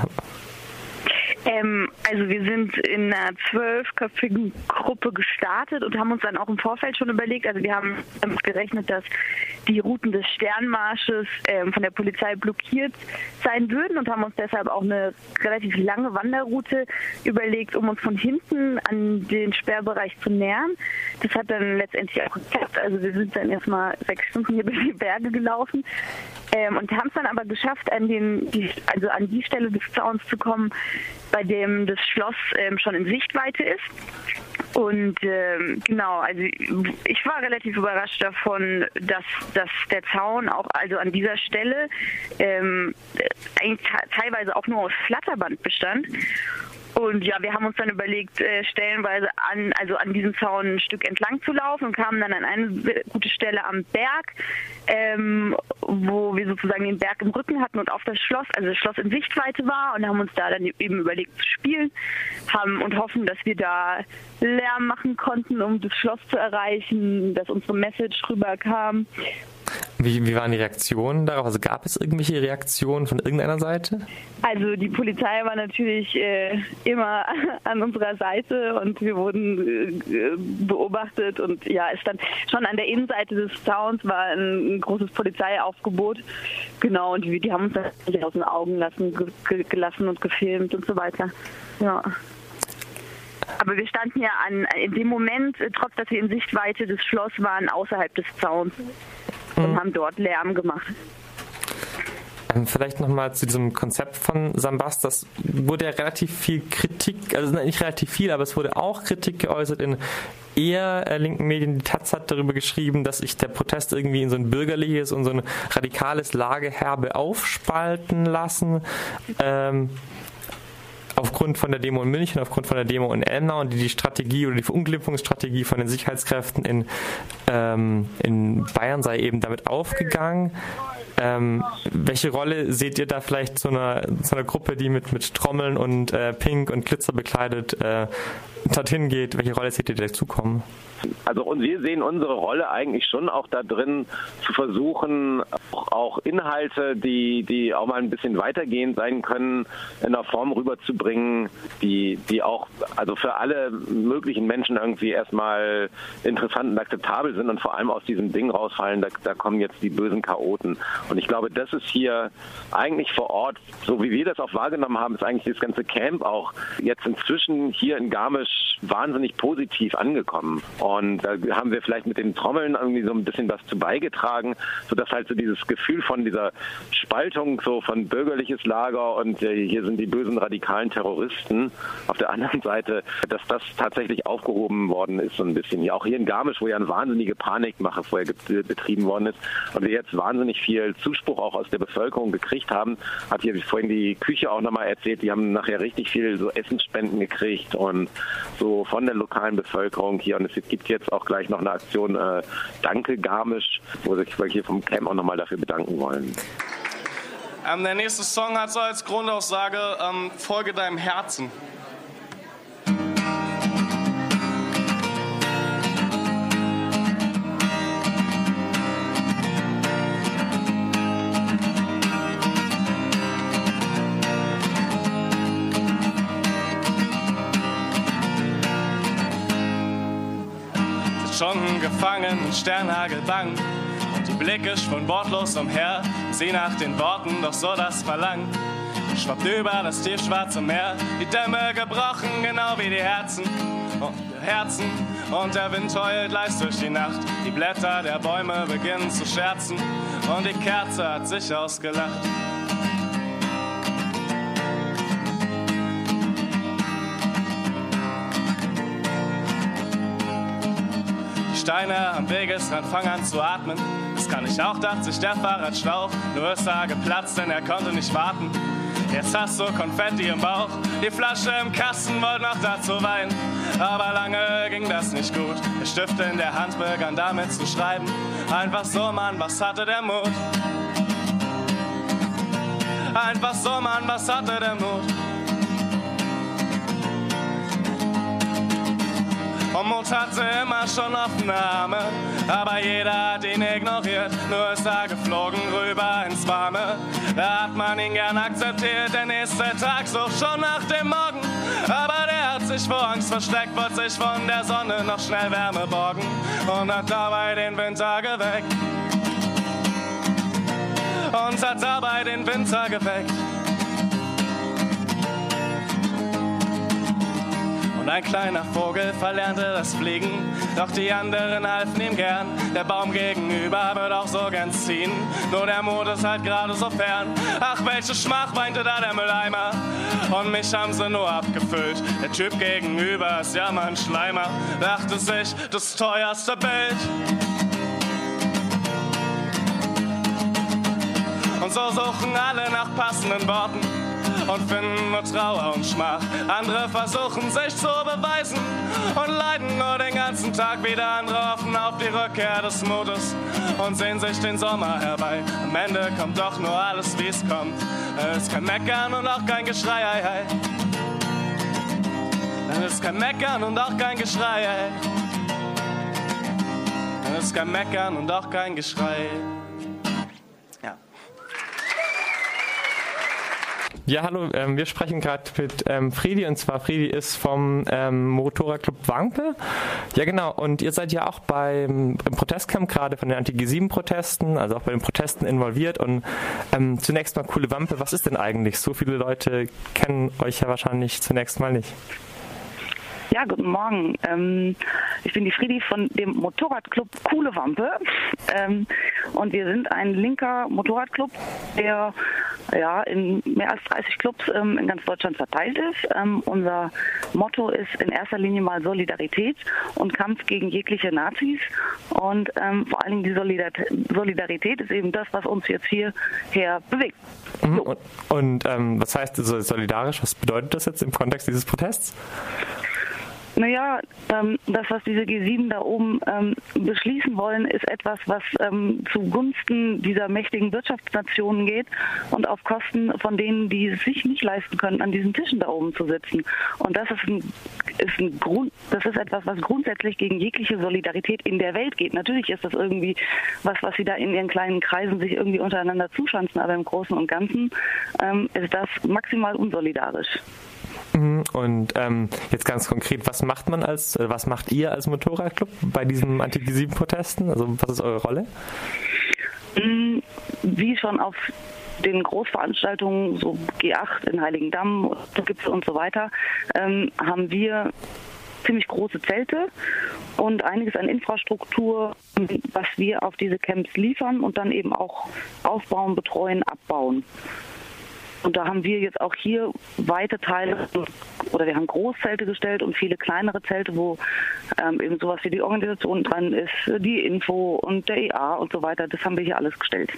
Also wir sind in einer 12-köpfigen Gruppe gestartet und haben uns dann auch im Vorfeld schon überlegt, also wir haben damit gerechnet, dass die Routen des Sternmarsches von der Polizei blockiert sein würden und haben uns deshalb auch eine relativ lange Wanderroute überlegt, um uns von hinten an den Sperrbereich zu nähern. Das hat dann letztendlich auch geklappt. Also wir sind dann erstmal 6 Stunden hier durch die Berge gelaufen und haben es dann aber geschafft, an die Stelle des Zauns zu kommen, bei dem das Schloss schon in Sichtweite ist. Und genau, also ich war relativ überrascht davon, dass der Zaun auch also an dieser Stelle eigentlich teilweise auch nur aus Flatterband bestand. Und ja, wir haben uns dann überlegt, stellenweise an diesem Zaun ein Stück entlang zu laufen und kamen dann an eine gute Stelle am Berg, wo wir sozusagen den Berg im Rücken hatten und auf das Schloss in Sichtweite war und haben uns da dann eben überlegt zu spielen, und hoffen, dass wir da Lärm machen konnten, um das Schloss zu erreichen, dass unsere Message rüberkam. Wie waren die Reaktionen darauf? Also gab es irgendwelche Reaktionen von irgendeiner Seite? Also die Polizei war natürlich immer an unserer Seite und wir wurden beobachtet und ja, es stand schon an der Innenseite des Zauns war ein großes Polizeiaufgebot. Genau, und die haben uns dann aus den Augen gelassen und gefilmt und so weiter. Ja. Aber wir standen ja in dem Moment, trotz dass wir in Sichtweite des Schlosses waren, außerhalb des Zauns und haben dort Lärm gemacht. Vielleicht nochmal zu diesem Konzept von Sambast. Das wurde ja relativ viel Kritik, also nicht relativ viel, aber es wurde auch Kritik geäußert in eher linken Medien. Die Taz hat darüber geschrieben, dass sich der Protest irgendwie in so ein bürgerliches und so ein radikales Lagerherbe aufspalten lassen. Aufgrund von der Demo in München, aufgrund von der Demo in Elmau und die Strategie oder die Verunglimpfungsstrategie von den Sicherheitskräften in Bayern sei eben damit aufgegangen. Welche Rolle seht ihr da vielleicht zu einer Gruppe, die mit Trommeln und Pink und Glitzer bekleidet dorthin geht? Welche Rolle seht ihr dazu kommen? Also und wir sehen unsere Rolle eigentlich schon auch da drin, zu versuchen, auch Inhalte, die auch mal ein bisschen weitergehend sein können, in einer Form rüberzubringen, die auch also für alle möglichen Menschen irgendwie erstmal interessant und akzeptabel sind und vor allem aus diesem Ding rausfallen, da kommen jetzt die bösen Chaoten. Und ich glaube, das ist hier eigentlich vor Ort, so wie wir das auch wahrgenommen haben, ist eigentlich das ganze Camp auch jetzt inzwischen hier in Garmisch wahnsinnig positiv angekommen. Und da haben wir vielleicht mit den Trommeln irgendwie so ein bisschen was zu beigetragen, sodass halt so dieses Gefühl von dieser Spaltung so von bürgerliches Lager und hier sind die bösen radikalen Terroristen auf der anderen Seite, dass das tatsächlich aufgehoben worden ist so ein bisschen. Ja, auch hier in Garmisch, wo ja eine wahnsinnige Panikmache vorher betrieben worden ist und wir jetzt wahnsinnig viel Zuspruch auch aus der Bevölkerung gekriegt haben, hat hier vorhin die Küche auch nochmal erzählt, die haben nachher richtig viel so Essensspenden gekriegt und so von der lokalen Bevölkerung hier und es gibt jetzt auch gleich noch eine Aktion Danke Garmisch, wo sich hier vom Camp auch nochmal dafür bedanken wollen. Der nächste Song hat so als Grundaussage Folge deinem Herzen. Schon gefangen in Sternhagelbang und die Blicke schwimmen wortlos umher, sie nach den Worten, doch so das Verlangen schwappt über das tiefschwarze Meer, die Dämme gebrochen, genau wie die Herzen und der Wind heult leis durch die Nacht, die Blätter der Bäume beginnen zu scherzen und die Kerze hat sich ausgelacht. Steine am Wegesrand fangen an zu atmen. Das kann ich auch, dachte sich der Fahrradschlauch. Nur ist er geplatzt, denn er konnte nicht warten. Jetzt hast du Konfetti im Bauch. Die Flasche im Kasten wollte noch dazu weinen. Aber lange ging das nicht gut. Der Stift in der Hand begann damit zu schreiben. Einfach so, Mann, was hatte der Mut? Einfach so, Mann, was hatte der Mut? Und Mut hatte immer schon offene Arme, aber jeder hat ihn ignoriert. Nur ist er geflogen rüber ins Warme. Da hat man ihn gern akzeptiert. Der nächste Tag sucht schon nach dem Morgen. Aber der hat sich vor Angst versteckt, wollte sich von der Sonne noch schnell Wärme borgen und hat dabei den Winter geweckt. Und hat dabei den Winter geweckt. Ein kleiner Vogel verlernte das Fliegen, doch die anderen halfen ihm gern. Der Baum gegenüber wird auch so gern ziehen, nur der Mond ist halt gerade so fern. Ach, welche Schmach, weinte da der Mülleimer, und mich haben sie nur abgefüllt. Der Typ gegenüber ist ja mal ein Schleimer, dachte sich, das teuerste Bild. Und so suchen alle nach passenden Worten und finden nur Trauer und Schmach. Andere versuchen sich zu beweisen und leiden nur den ganzen Tag. Wieder andere hoffen auf die Rückkehr des Mutes und sehen sich den Sommer herbei. Am Ende kommt doch nur alles, wie es kommt. Es ist kein Meckern und auch kein Geschrei, hey, hey. Es ist kein Meckern und auch kein Geschrei, hey. ist kein Meckern und auch kein Geschrei. Ja, hallo, wir sprechen gerade mit Fredi, und zwar Fredi ist vom Motorradclub Wampe. Ja, genau, und ihr seid ja auch im Protestcamp gerade von den Anti-G7-Protesten, also auch bei den Protesten involviert. Und zunächst mal, coole Wampe, was ist denn eigentlich? So viele Leute kennen euch ja wahrscheinlich zunächst mal nicht. Ja, guten Morgen. Ich bin die Fredi von dem Motorradclub Coole Wampe. Und wir sind ein linker Motorradclub, der in mehr als 30 Clubs in ganz Deutschland verteilt ist. Unser Motto ist in erster Linie mal Solidarität und Kampf gegen jegliche Nazis. Und vor allen Dingen die Solidarität ist eben das, was uns jetzt hierher bewegt. Mhm. Und was heißt solidarisch? Was bedeutet das jetzt im Kontext dieses Protests? Naja, das, was diese G7 da oben beschließen wollen, ist etwas, was zugunsten dieser mächtigen Wirtschaftsnationen geht und auf Kosten von denen, die es sich nicht leisten können, an diesen Tischen da oben zu sitzen. Und das ist etwas, was grundsätzlich gegen jegliche Solidarität in der Welt geht. Natürlich ist das irgendwie was sie da in ihren kleinen Kreisen sich irgendwie untereinander zuschanzen, aber im Großen und Ganzen ist das maximal unsolidarisch. Und jetzt ganz konkret, was macht ihr als Motorradclub bei diesen Anti-G7-Protesten? Also was ist eure Rolle? Wie schon auf den Großveranstaltungen, so G8 in Heiligendamm, Gipfel und so weiter, haben wir ziemlich große Zelte und einiges an Infrastruktur, was wir auf diese Camps liefern und dann eben auch aufbauen, betreuen, abbauen. Und da haben wir jetzt auch hier weite Teile, oder wir haben Großzelte gestellt und viele kleinere Zelte, wo eben sowas wie die Organisation dran ist, die Info und der EA und so weiter. Das haben wir hier alles gestellt.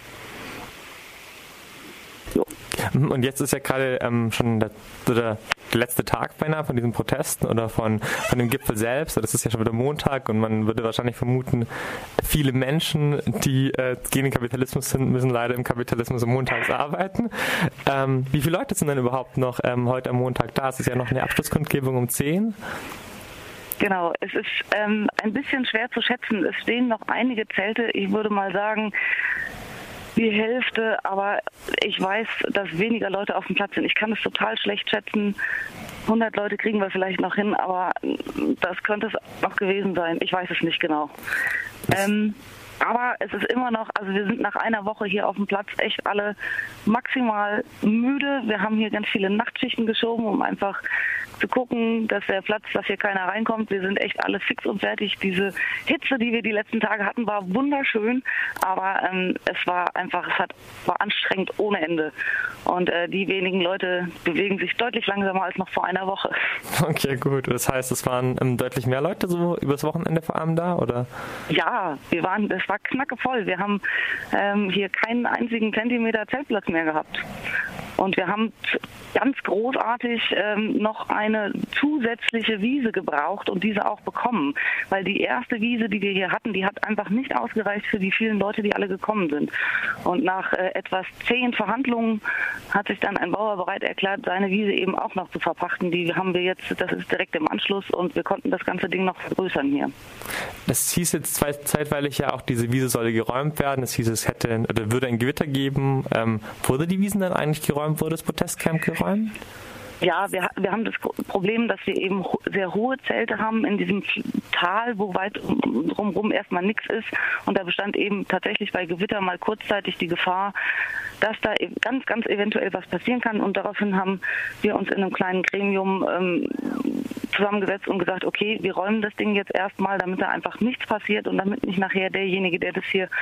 So. Und jetzt ist ja gerade schon der letzte Tag beinahe von diesen Protesten oder von dem Gipfel selbst. Das ist ja schon wieder Montag und man würde wahrscheinlich vermuten, viele Menschen, die gegen den Kapitalismus sind, müssen leider im Kapitalismus montags arbeiten. Wie viele Leute sind denn überhaupt noch heute am Montag da? Es ist ja noch eine Abschlusskundgebung um 10. Genau, es ist ein bisschen schwer zu schätzen. Es stehen noch einige Zelte. Ich würde mal sagen, die Hälfte, aber ich weiß, dass weniger Leute auf dem Platz sind. Ich kann es total schlecht schätzen. 100 Leute kriegen wir vielleicht noch hin, aber das könnte es noch gewesen sein. Ich weiß es nicht genau. Aber es ist immer noch, also wir sind nach einer Woche hier auf dem Platz echt alle maximal müde. Wir haben hier ganz viele Nachtschichten geschoben, um einfach zu gucken, dass der Platz, dass hier keiner reinkommt. Wir sind echt alle fix und fertig. Diese Hitze, die wir die letzten Tage hatten, war wunderschön, aber war anstrengend ohne Ende. Und die wenigen Leute bewegen sich deutlich langsamer als noch vor einer Woche. Okay, gut. Das heißt, es waren deutlich mehr Leute so übers Wochenende vor allem da, oder? Ja, das war knackevoll. Wir haben hier keinen einzigen Zentimeter Zeltplatz mehr gehabt. Und wir haben ganz großartig noch eine zusätzliche Wiese gebraucht und diese auch bekommen. Weil die erste Wiese, die wir hier hatten, die hat einfach nicht ausgereicht für die vielen Leute, die alle gekommen sind. Und nach etwas zähen Verhandlungen hat sich dann ein Bauer bereit erklärt, seine Wiese eben auch noch zu verpachten. Die haben wir jetzt, das ist direkt im Anschluss und wir konnten das ganze Ding noch vergrößern hier. Das hieß jetzt zeitweilig ja auch, diese Wiese solle geräumt werden. Es hieß, würde ein Gewitter geben. Wurde die Wiesen dann eigentlich geräumt? Wurde das Protestcamp geräumt? Ja, wir haben das Problem, dass wir eben sehr hohe Zelte haben in diesem Tal, wo weit drumherum erstmal nichts ist. Und da bestand eben tatsächlich bei Gewitter mal kurzzeitig die Gefahr, dass da ganz, ganz eventuell was passieren kann. Und daraufhin haben wir uns in einem kleinen Gremium zusammengesetzt und gesagt, okay, wir räumen das Ding jetzt erstmal, damit da einfach nichts passiert und damit nicht nachher derjenige, der das hier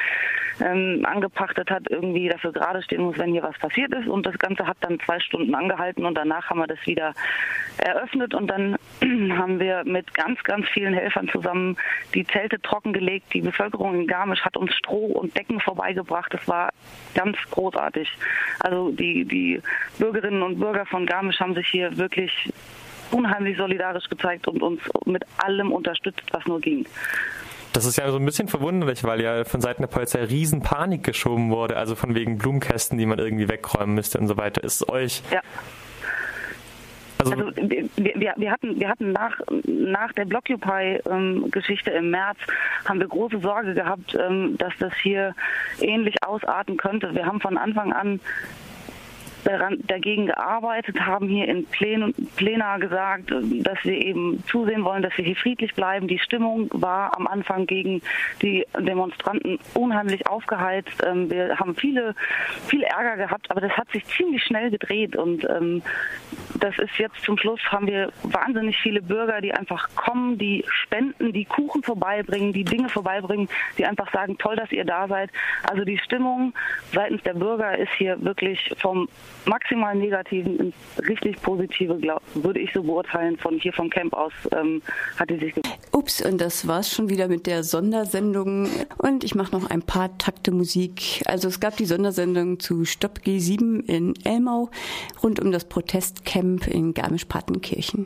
angepachtet hat, irgendwie dafür gerade stehen muss, wenn hier was passiert ist. Und das Ganze hat dann 2 Stunden angehalten und danach haben wir das wieder eröffnet und dann haben wir mit ganz, ganz vielen Helfern zusammen die Zelte trockengelegt. Die Bevölkerung in Garmisch hat uns Stroh und Decken vorbeigebracht. Das war ganz großartig. Also die Bürgerinnen und Bürger von Garmisch haben sich hier wirklich unheimlich solidarisch gezeigt und uns mit allem unterstützt, was nur ging. Das ist ja so ein bisschen verwunderlich, weil ja von Seiten der Polizei riesen Panik geschoben wurde, also von wegen Blumenkästen, die man irgendwie wegräumen müsste und so weiter. Ist euch... Ja. Also wir hatten nach der Blockupy-Geschichte im März haben wir große Sorge gehabt, dass das hier ähnlich ausarten könnte. Wir haben von Anfang an dagegen gearbeitet, haben hier in Plena gesagt, dass wir eben zusehen wollen, dass wir hier friedlich bleiben. Die Stimmung war am Anfang gegen die Demonstranten unheimlich aufgeheizt. Wir haben viel Ärger gehabt, aber das hat sich ziemlich schnell gedreht und das ist jetzt zum Schluss, haben wir wahnsinnig viele Bürger, die einfach kommen, die spenden, die Kuchen vorbeibringen, die Dinge vorbeibringen, die einfach sagen, toll, dass ihr da seid. Also die Stimmung seitens der Bürger ist hier wirklich vom maximal Negativen ins richtig Positive, würde ich so beurteilen, vom Camp aus hat die sich Ups, und das war's schon wieder mit der Sondersendung. Und ich mache noch ein paar Takte Musik. Also es gab die Sondersendung zu Stopp G7 in Elmau rund um das Protestcamp in Garmisch-Partenkirchen.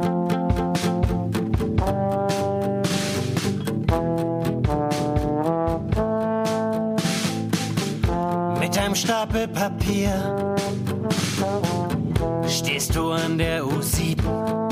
Mit einem Stapel Papier stehst du an der U7.